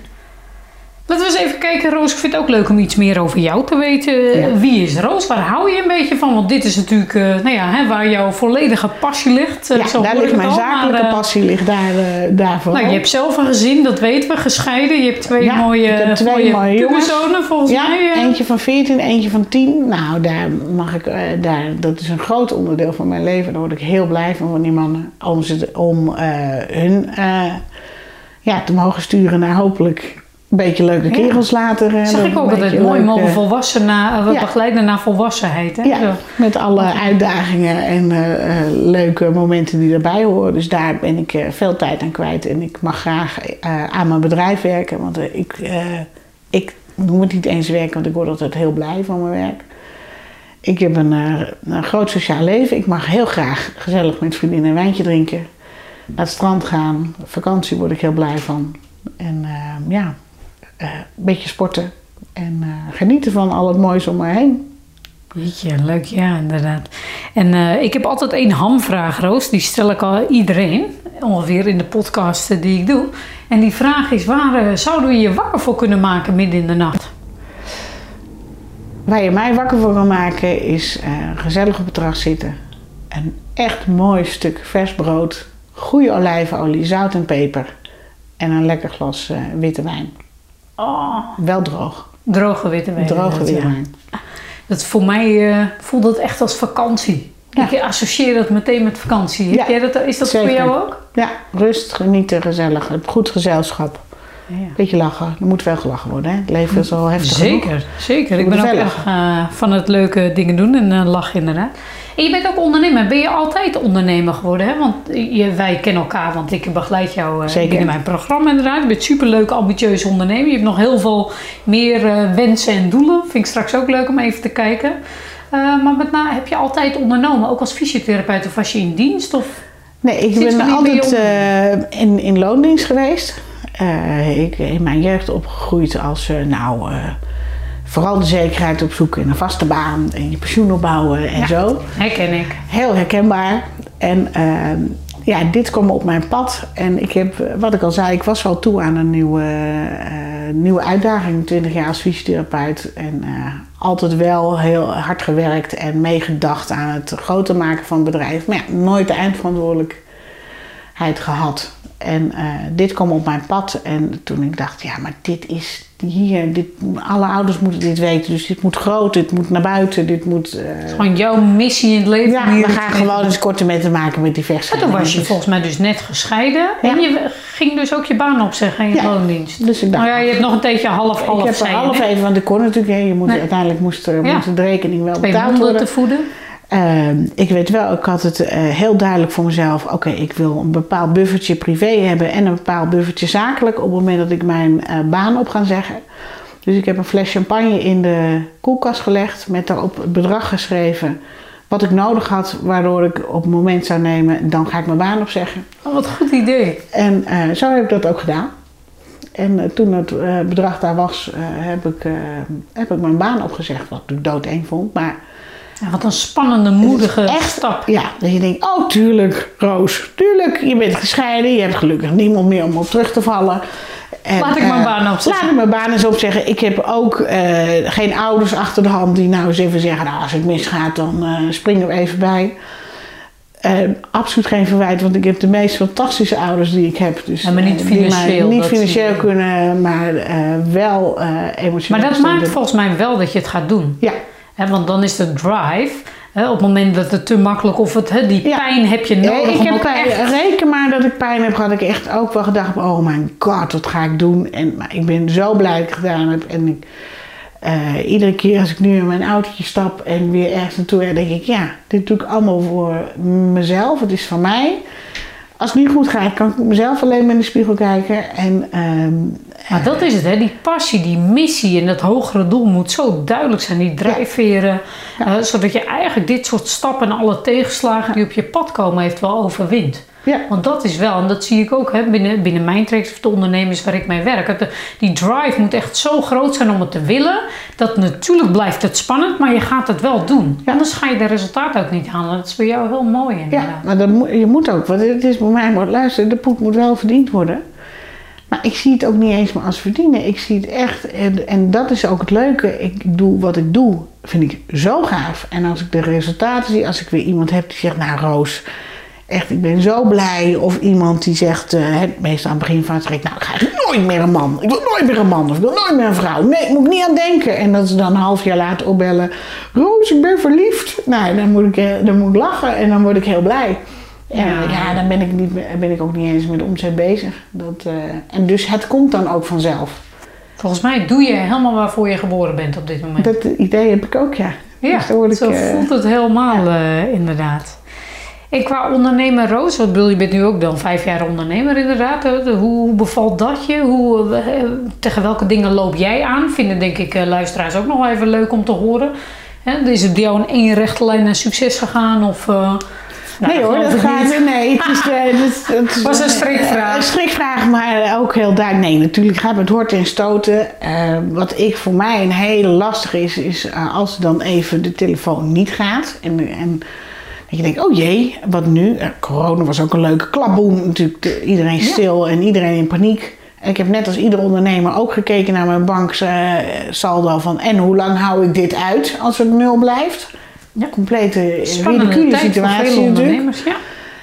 Laten we eens even kijken, Roos. Ik vind het ook leuk om iets meer over jou te weten. Ja. Wie is Roos? Waar hou je een beetje van? Want dit is natuurlijk uh, nou ja, hè, waar jouw volledige passie ligt. Uh, ja, daar ligt mijn al, zakelijke maar, uh, passie ligt daar, uh, daar vooral. Nou, je hebt zelf een gezin, dat weten we, gescheiden. Je hebt twee ja, mooie, ik heb twee mooie, mooie puberzonen volgens ja, mij. Uh. Eentje van veertien, eentje van tien. Nou, daar mag ik, uh, daar, dat is een groot onderdeel van mijn leven. Daar word ik heel blij van, van die mannen. Om, ze, om uh, hun uh, ja, te mogen sturen naar hopelijk een beetje leuke ja. kerels later. Zeg ik ook altijd mooi, mogen volwassen na, we ja. begeleiden naar volwassenheid. Hè? Ja, Zo. Met alle okay. uitdagingen en uh, uh, leuke momenten die erbij horen. Dus daar ben ik uh, veel tijd aan kwijt. En ik mag graag uh, aan mijn bedrijf werken. Want uh, ik, uh, ik noem het niet eens werken, want ik word altijd heel blij van mijn werk. Ik heb een, uh, een groot sociaal leven. Ik mag heel graag gezellig met vriendinnen een wijntje drinken. Naar het strand gaan. Vakantie word ik heel blij van. En uh, ja... Uh, een beetje sporten en uh, genieten van al het moois om me heen. Jeetje, leuk, ja, inderdaad. En uh, ik heb altijd één hamvraag, Roos. Die stel ik al iedereen, ongeveer in de podcast die ik doe. En die vraag is, waar uh, zouden we je wakker voor kunnen maken midden in de nacht? Waar je mij wakker voor kan maken is uh, gezellig op het terras zitten. Een echt mooi stuk vers brood, goede olijfolie, zout en peper. En een lekker glas uh, witte wijn. Oh. Wel droog. Droge witte wijn. Droge witte ja. wijn. Dat voor mij uh, voelt het echt als vakantie. Ja. Ik associeer dat meteen met vakantie. Ja. Jij dat, is dat Zeker. voor jou ook? Ja, rust, genieten, gezellig. Goed gezelschap. Ja. Beetje lachen. Er moet wel gelachen worden. Hè? Het leven is al heftig Zeker, genoeg. zeker. Ik ben ook echt uh, van het leuke dingen doen en uh, lachen inderdaad. En je bent ook ondernemer. Ben je altijd ondernemer geworden? Hè? Want je, wij kennen elkaar, want ik begeleid jou uh, binnen mijn programma inderdaad. Je bent superleuk, ambitieuze ondernemer. Je hebt nog heel veel meer uh, wensen en doelen. Vind ik straks ook leuk om even te kijken. Uh, maar met name, heb je altijd ondernomen? Ook als fysiotherapeut of was je in dienst? Of nee, ik ben altijd uh, in, in loondienst geweest. Uh, ik in mijn jeugd opgegroeid als uh, nou... Uh, Vooral de zekerheid opzoeken en een vaste baan en je pensioen opbouwen en ja, zo. Herken ik. Heel herkenbaar. En uh, ja, dit kwam op mijn pad. En ik heb, wat ik al zei, ik was wel toe aan een nieuwe, uh, nieuwe uitdaging. twintig jaar als fysiotherapeut. En uh, altijd wel heel hard gewerkt en meegedacht aan het groter maken van het bedrijf. Maar ja, nooit de eindverantwoordelijkheid gehad. En uh, dit kwam op mijn pad en toen ik dacht, ja, maar dit is hier, dit, alle ouders moeten dit weten. Dus dit moet groot, dit moet naar buiten, dit moet... Uh... Het is gewoon jouw missie in het leven. Ja, we gaan gewoon eens korte metten maken met die vechtscheiding. Toen was je volgens mij dus net gescheiden. Ja. En je ging dus ook je baan opzeggen in je ja. loondienst. Dus ik dacht... Nou ja, je hebt nog een tijdje half-half Ik heb zijn, er half hè? even, want ik kon natuurlijk, hè, je moet, nee. uiteindelijk moest, er, ja. moest de rekening wel Twee betaald worden. te voeden. Uh, ik weet wel, ik had het uh, heel duidelijk voor mezelf. Oké, okay, ik wil een bepaald buffertje privé hebben en een bepaald buffertje zakelijk op het moment dat ik mijn uh, baan op ga zeggen. Dus ik heb een fles champagne in de koelkast gelegd met daarop het bedrag geschreven wat ik nodig had, waardoor ik op het moment zou nemen, dan ga ik mijn baan opzeggen. Oh, wat een goed idee. En uh, zo heb ik dat ook gedaan. En uh, toen het uh, bedrag daar was, uh, heb, ik, uh, heb ik mijn baan opgezegd. Wat ik doodeng vond. Maar ja, wat een spannende, moedige echt, stap. Ja, dat je denkt, oh tuurlijk Roos, tuurlijk. Je bent gescheiden, je hebt gelukkig niemand meer om op terug te vallen. En, laat ik mijn baan opzeggen. Laat ik mijn baan eens opzeggen. Ik heb ook uh, geen ouders achter de hand die nou eens even zeggen, nou, als het misgaat dan uh, springen we even bij. Uh, absoluut geen verwijt, want ik heb de meest fantastische ouders die ik heb. Dus, ja, maar niet financieel. Uh, niet financieel kunnen, maar uh, wel uh, emotioneel. Maar dat maakt volgens mij wel dat je het gaat doen. Ja. He, want dan is de drive, he, op het moment dat het te makkelijk of het, he, die ja. pijn heb je nodig. Ja, ik om heb ook pijn, echt... Reken maar dat ik pijn heb gehad. Ik echt ook wel gedacht, oh mijn god, wat ga ik doen? En, maar ik ben zo blij dat ik het gedaan heb. En ik, uh, iedere keer als ik nu in mijn autootje stap en weer ergens naartoe, dan denk ik, ja, dit doe ik allemaal voor mezelf. Het is van mij. Als het niet goed gaat, kan ik mezelf alleen maar in de spiegel kijken. En, um, maar dat is het, hè? Die passie, die missie en dat hogere doel moet zo duidelijk zijn. Die drijfveren, ja. uh, zodat je eigenlijk dit soort stappen en alle tegenslagen die op je pad komen heeft wel overwint. Ja. Want dat is wel, en dat zie ik ook hè, binnen, binnen mijn traject of de ondernemers waar ik mee werk. De, die drive moet echt zo groot zijn om het te willen. Dat natuurlijk blijft het spannend, maar je gaat het wel doen. Ja. Anders ga je de resultaten ook niet halen. Dat is voor jou heel mooi inderdaad. Ja, maar dat moet, je moet ook, want het is bij mij, maar luister, de poep moet wel verdiend worden. Maar ik zie het ook niet eens maar als verdienen. Ik zie het echt, en, en dat is ook het leuke. Ik doe wat ik doe, vind ik zo gaaf. En als ik de resultaten zie, als ik weer iemand heb die zegt, nou Roos, echt, ik ben zo blij. Of iemand die zegt, uh, meestal aan het begin van het traject, nou, ik ga nooit meer een man. Ik wil nooit meer een man of ik wil nooit meer een vrouw. Nee, moet ik niet aan denken. En dat ze dan een half jaar later opbellen, Roos, ik ben verliefd. Nou, dan moet ik, dan moet ik lachen en dan word ik heel blij. En ja, ja dan ben ik, niet, ben ik ook niet eens met de omzet bezig. Dat, uh, en dus het komt dan ook vanzelf. Volgens mij doe je helemaal waarvoor je geboren bent op dit moment. Dat idee heb ik ook, ja. Ja, dus word ik, zo uh, voelt het helemaal ja. uh, inderdaad. En qua ondernemer Roos, wat bedoel je, bent nu ook dan vijf jaar ondernemer inderdaad. Hoe, hoe bevalt dat je? Hoe, uh, tegen welke dingen loop jij aan? Vinden denk ik uh, luisteraars ook nog wel even leuk om te horen. He, is het bij jou in één rechte lijn naar succes gegaan? Of... Uh, Nou, nee hoor, dat gaat niet. Nee, het is, uh, het, het was een strikvraag. Een strikvraag, maar ook heel duidelijk. Nee, natuurlijk gaat het horten en stoten. Uh, wat ik voor mij een hele lastige is, is uh, als dan even de telefoon niet gaat. En, en dat je denkt, oh jee, wat nu? Uh, corona was ook een leuke klapboom. Natuurlijk uh, iedereen stil ja. en iedereen in paniek. En ik heb net als ieder ondernemer ook gekeken naar mijn banksaldo uh, van en hoe lang hou ik dit uit als het nul blijft. Ja, complete ridicule situatie natuurlijk. Ja.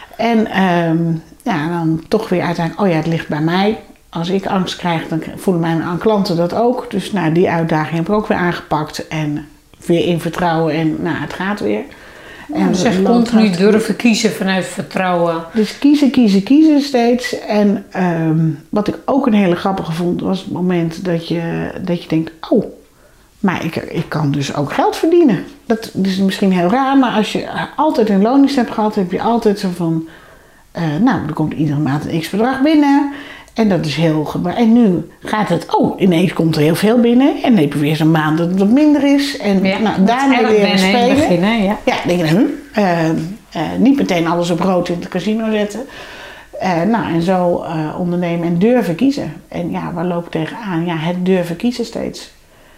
En um, ja, dan toch weer uiteindelijk, oh ja, het ligt bij mij. Als ik angst krijg, dan voelen mijn klanten dat ook. Dus nou, die uitdaging heb ik ook weer aangepakt. En weer in vertrouwen en nou, het gaat weer. En dus echt continu durven kiezen vanuit vertrouwen. Dus kiezen, kiezen, kiezen steeds. En um, wat ik ook een hele grappige vond, was het moment dat je, dat je denkt, oh, maar ik, ik kan dus ook geld verdienen. Dat is misschien heel raar, maar als je altijd een loondienst hebt gehad, heb je altijd zo van, uh, nou, er komt iedere maand een x-bedrag binnen. En dat is heel gebruik. En nu gaat het, oh, ineens komt er heel veel binnen. En dan heb je weer zo'n maand dat het wat minder is. En ja, nou, daarmee leren spelen. Beginnen, ja. ja, denk je, hm, uh, uh, niet meteen alles op rood in het casino zetten. Uh, nou, en zo uh, ondernemen en durven kiezen. En ja, waar loop ik tegenaan? Ja, het durven kiezen steeds.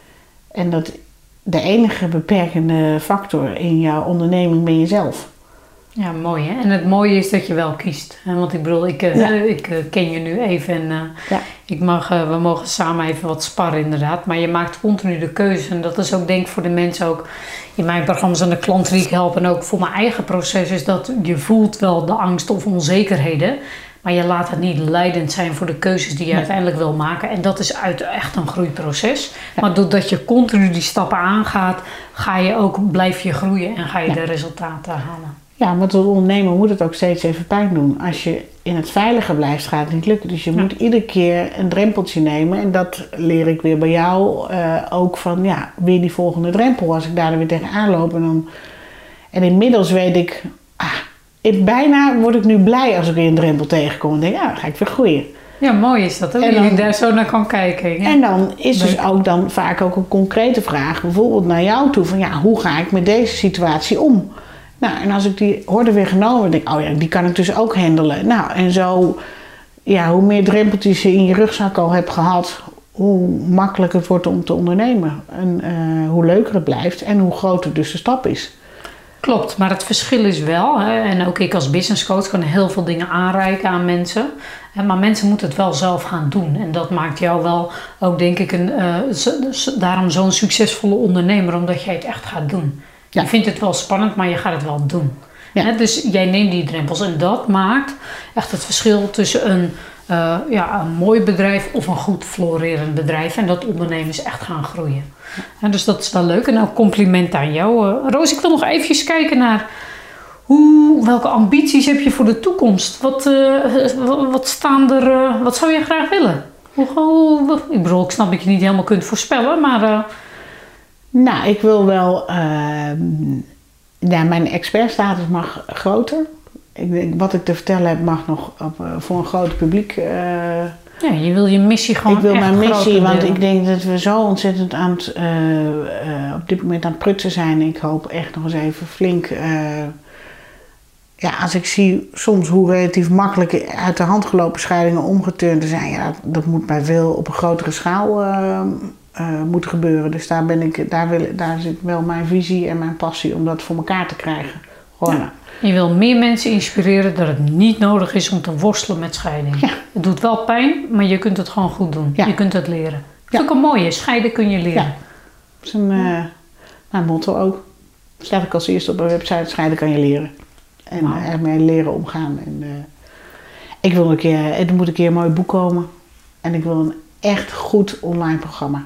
En dat de enige beperkende factor in jouw onderneming ben jezelf. Ja, mooi hè. En het mooie is dat je wel kiest. Want ik bedoel, ik, ja. uh, ik uh, ken je nu even en uh, ja. ik mag, uh, we mogen samen even wat sparren inderdaad. Maar je maakt continu de keuze. En dat is ook denk ik voor de mensen ook in mijn programma's aan de klanten die ik help. En ook voor mijn eigen proces is dat je voelt wel de angst of onzekerheden. Maar je laat het niet leidend zijn voor de keuzes die je nee. uiteindelijk wil maken. En dat is uit echt een groeiproces. Ja. Maar doordat je continu die stappen aangaat, ga je ook, blijf je groeien en ga je ja. de resultaten halen. Ja, want als ondernemer moet het ook steeds even pijn doen. Als je in het veilige blijft, gaat het niet lukken. Dus je ja. moet iedere keer een drempeltje nemen. En dat leer ik weer bij jou uh, ook van, ja, weer die volgende drempel. Als ik daar weer tegenaan loop. En, dan... en inmiddels weet ik, ah, ik, bijna word ik nu blij als ik weer een drempel tegenkom. En denk, ja, dan ga ik weer groeien. Ja, mooi is dat ook. En je daar zo naar kan kijken. Ja. En dan is dus ook dan vaak ook een concrete vraag. Bijvoorbeeld naar jou toe. Van ja, hoe ga ik met deze situatie om? Nou, en als ik die orde weer genomen denk ik, oh ja, die kan ik dus ook handelen. Nou, en zo ja, hoe meer drempeltjes je in je rugzak al hebt gehad, hoe makkelijker het wordt om te ondernemen. En uh, hoe leuker het blijft en hoe groter dus de stap is. Klopt, maar het verschil is wel, hè, en ook ik als business coach kan heel veel dingen aanreiken aan mensen. Hè, maar mensen moeten het wel zelf gaan doen. En dat maakt jou wel ook, denk ik, een, uh, z- daarom zo'n succesvolle ondernemer, omdat jij het echt gaat doen. Ja. Je vindt het wel spannend, maar je gaat het wel doen. Ja. Hè, dus jij neemt die drempels en dat maakt echt het verschil tussen een, uh, ja, een mooi bedrijf of een goed florerend bedrijf. En dat ondernemers echt gaan groeien. Ja, dus dat is wel leuk. En ook compliment aan jou. Uh, Roos, ik wil nog eventjes kijken naar hoe, welke ambities heb je voor de toekomst? Wat, uh, wat staan er, uh, wat zou je graag willen? Hoe, hoe, ik bedoel, ik snap dat je niet helemaal kunt voorspellen, maar... Uh... Nou, ik wil wel... Uh, ja, mijn expertstatus mag groter. Ik denk, wat ik te vertellen heb mag nog op, uh, voor een groot publiek... Uh, Ja, je wil je missie gewoon Ik wil echt mijn missie, want delen. ik denk dat we zo ontzettend aan het, uh, uh, op dit moment aan het prutsen zijn. Ik hoop echt nog eens even flink... Uh, ja, als ik zie soms hoe relatief makkelijk uit de hand gelopen scheidingen omgeturnd zijn. Ja, dat moet bij veel op een grotere schaal uh, uh, moeten gebeuren. Dus daar, ben ik, daar, wil, daar zit wel mijn visie en mijn passie om dat voor elkaar te krijgen. Gewoon, ja. Je wil meer mensen inspireren dat het niet nodig is om te worstelen met scheiding. Ja. Het doet wel pijn, maar je kunt het gewoon goed doen. Ja. Je kunt het leren. Dat Ja. is ook een mooie. Scheiden kun je leren. Ja. Dat is een, uh, mijn motto ook. Staat ik als eerste op mijn website, scheiden kan je leren. En Wow. uh, ermee leren omgaan. En, uh, ik wil een keer, er moet een keer een mooi boek komen. En ik wil een echt goed online programma.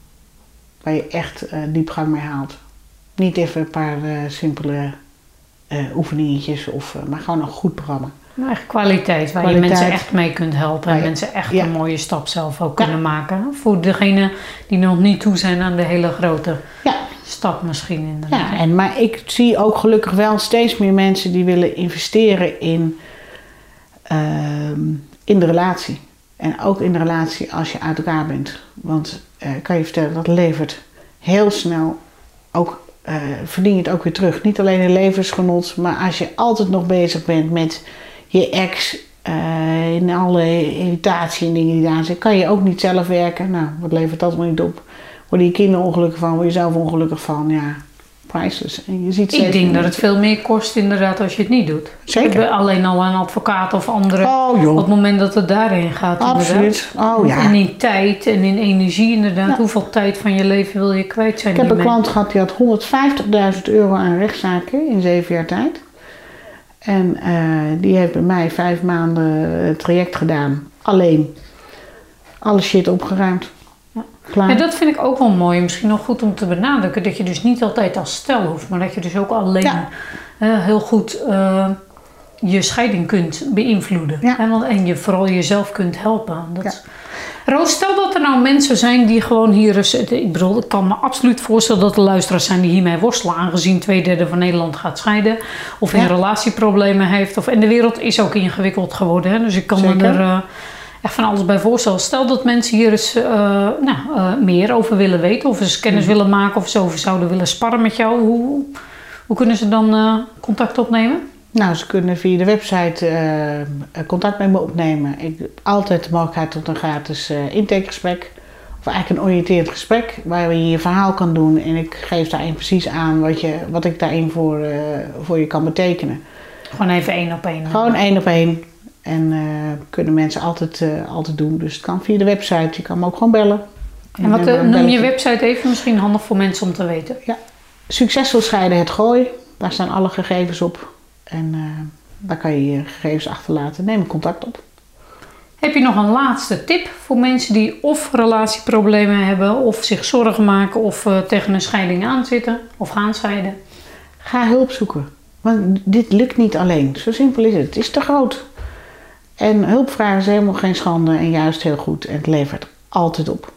Waar je echt uh, diepgang mee haalt. Niet even een paar uh, simpele uh, oefeningetjes, of, uh, maar gewoon een goed programma. Maar echt kwaliteit, waar Kwaliteit. je mensen echt mee kunt helpen. En Ja. mensen echt Ja. een mooie stap zelf ook Ja. kunnen maken. Voor degenen die nog niet toe zijn aan de hele grote Ja. stap misschien inderdaad. Ja, en, maar ik zie ook gelukkig wel steeds meer mensen die willen investeren in, uh, in de relatie. En ook in de relatie als je uit elkaar bent. Want uh, kan je vertellen, dat levert heel snel ook, uh, verdien je het ook weer terug. Niet alleen in levensgenot, maar als je altijd nog bezig bent met je ex, uh, in alle irritatie en dingen die daar zitten, kan je ook niet zelf werken. Nou, wat levert dat maar niet op? Worden je kinderen ongelukkig van, word je zelf ongelukkig van, ja, priceless. En je ziet Ik denk dat het veel meer kost inderdaad als je het niet doet. Zeker. Ik ben alleen al een advocaat of andere. Oh, joh. Op het moment dat het daarheen gaat. Absoluut. Inderdaad. Oh, ja. En in tijd en in energie inderdaad. Ja. Hoeveel tijd van je leven wil je kwijt zijn? Ik heb een hiermee? klant gehad die had honderdvijftigduizend euro aan rechtszaken in zeven jaar tijd. En uh, die heeft bij mij vijf maanden het traject gedaan. Alleen. Alle shit opgeruimd. Ja. Klaar. Ja, dat vind ik ook wel mooi. Misschien nog goed om te benadrukken. Dat je dus niet altijd als stel hoeft. Maar dat je dus ook alleen Ja. uh, heel goed uh, je scheiding kunt beïnvloeden. Ja. En, want- en je vooral jezelf kunt helpen. Dat Ja. is- Roos, stel dat er nou mensen zijn die gewoon hier... eens- Ik bedoel, ik kan me absoluut voorstellen dat er luisteraars zijn die hiermee worstelen. Aangezien twee derde van Nederland gaat scheiden. Of in Ja. relatieproblemen heeft. Of, en de wereld is ook ingewikkeld geworden. Hè? Dus ik kan me Zeker. er... Uh, echt van alles bij voorstellen. Stel dat mensen hier eens uh, nou, uh, meer over willen weten. Of eens kennis willen maken. Of ze over zouden willen sparren met jou. Hoe, hoe kunnen ze dan uh, contact opnemen? Nou, ze kunnen via de website uh, contact met me opnemen. Ik heb altijd de mogelijkheid tot een gratis uh, intakegesprek. Of eigenlijk een oriënterend gesprek. Waar je je verhaal kan doen. En ik geef daarin precies aan wat, je, wat ik daarin voor, uh, voor je kan betekenen. Gewoon even één op één. Gewoon één op één. En uh, kunnen mensen altijd, uh, altijd doen. Dus het kan via de website. Je kan me ook gewoon bellen. En wat dan uh, noem bel ik je website even? Misschien handig voor mensen om te weten. Ja, Succesvol scheiden het Gooi. Daar staan alle gegevens op. En uh, daar kan je je gegevens achterlaten. Neem contact op. Heb je nog een laatste tip voor mensen die of relatieproblemen hebben... of zich zorgen maken of uh, tegen een scheiding aanzitten of gaan scheiden? Ga hulp zoeken. Want dit lukt niet alleen. Zo simpel is het. Het is te groot. En hulp vragen is helemaal geen schande en juist heel goed. En het levert altijd op.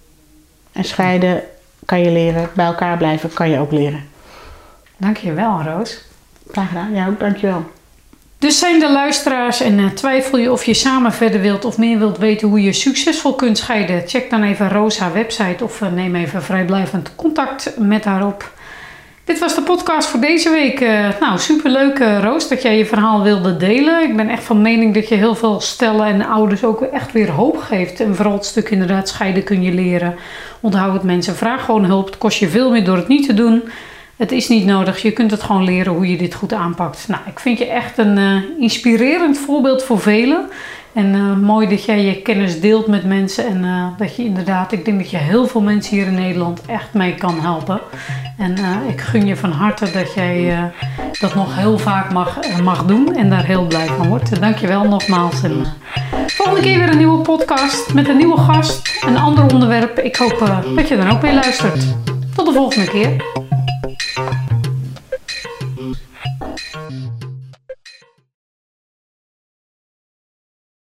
En scheiden kan je leren. Bij elkaar blijven kan je ook leren. Dank je wel, Roos. Graag gedaan. Ja, ook dankjewel. Dus zijn de luisteraars en uh, twijfel je of je samen verder wilt of meer wilt weten hoe je succesvol kunt scheiden? Check dan even Roos haar website of uh, neem even vrijblijvend contact met haar op. Dit was de podcast voor deze week. Uh, nou, superleuk uh, Roos dat jij je verhaal wilde delen. Ik ben echt van mening dat je heel veel stellen en ouders ook echt weer hoop geeft. En vooral het stuk inderdaad scheiden kun je leren. Onthoud het mensen, vraag gewoon hulp. Het kost je veel meer door het niet te doen. Het is niet nodig, je kunt het gewoon leren hoe je dit goed aanpakt. Nou, ik vind je echt een uh, inspirerend voorbeeld voor velen. En uh, mooi dat jij je kennis deelt met mensen. En uh, dat je inderdaad, ik denk dat je heel veel mensen hier in Nederland echt mee kan helpen. En uh, ik gun je van harte dat jij uh, dat nog heel vaak mag, uh, mag doen. En daar heel blij van wordt. Dank je wel nogmaals. En, uh, volgende keer weer een nieuwe podcast met een nieuwe gast. Een ander onderwerp. Ik hoop uh, dat je dan ook weer luistert. Tot de volgende keer.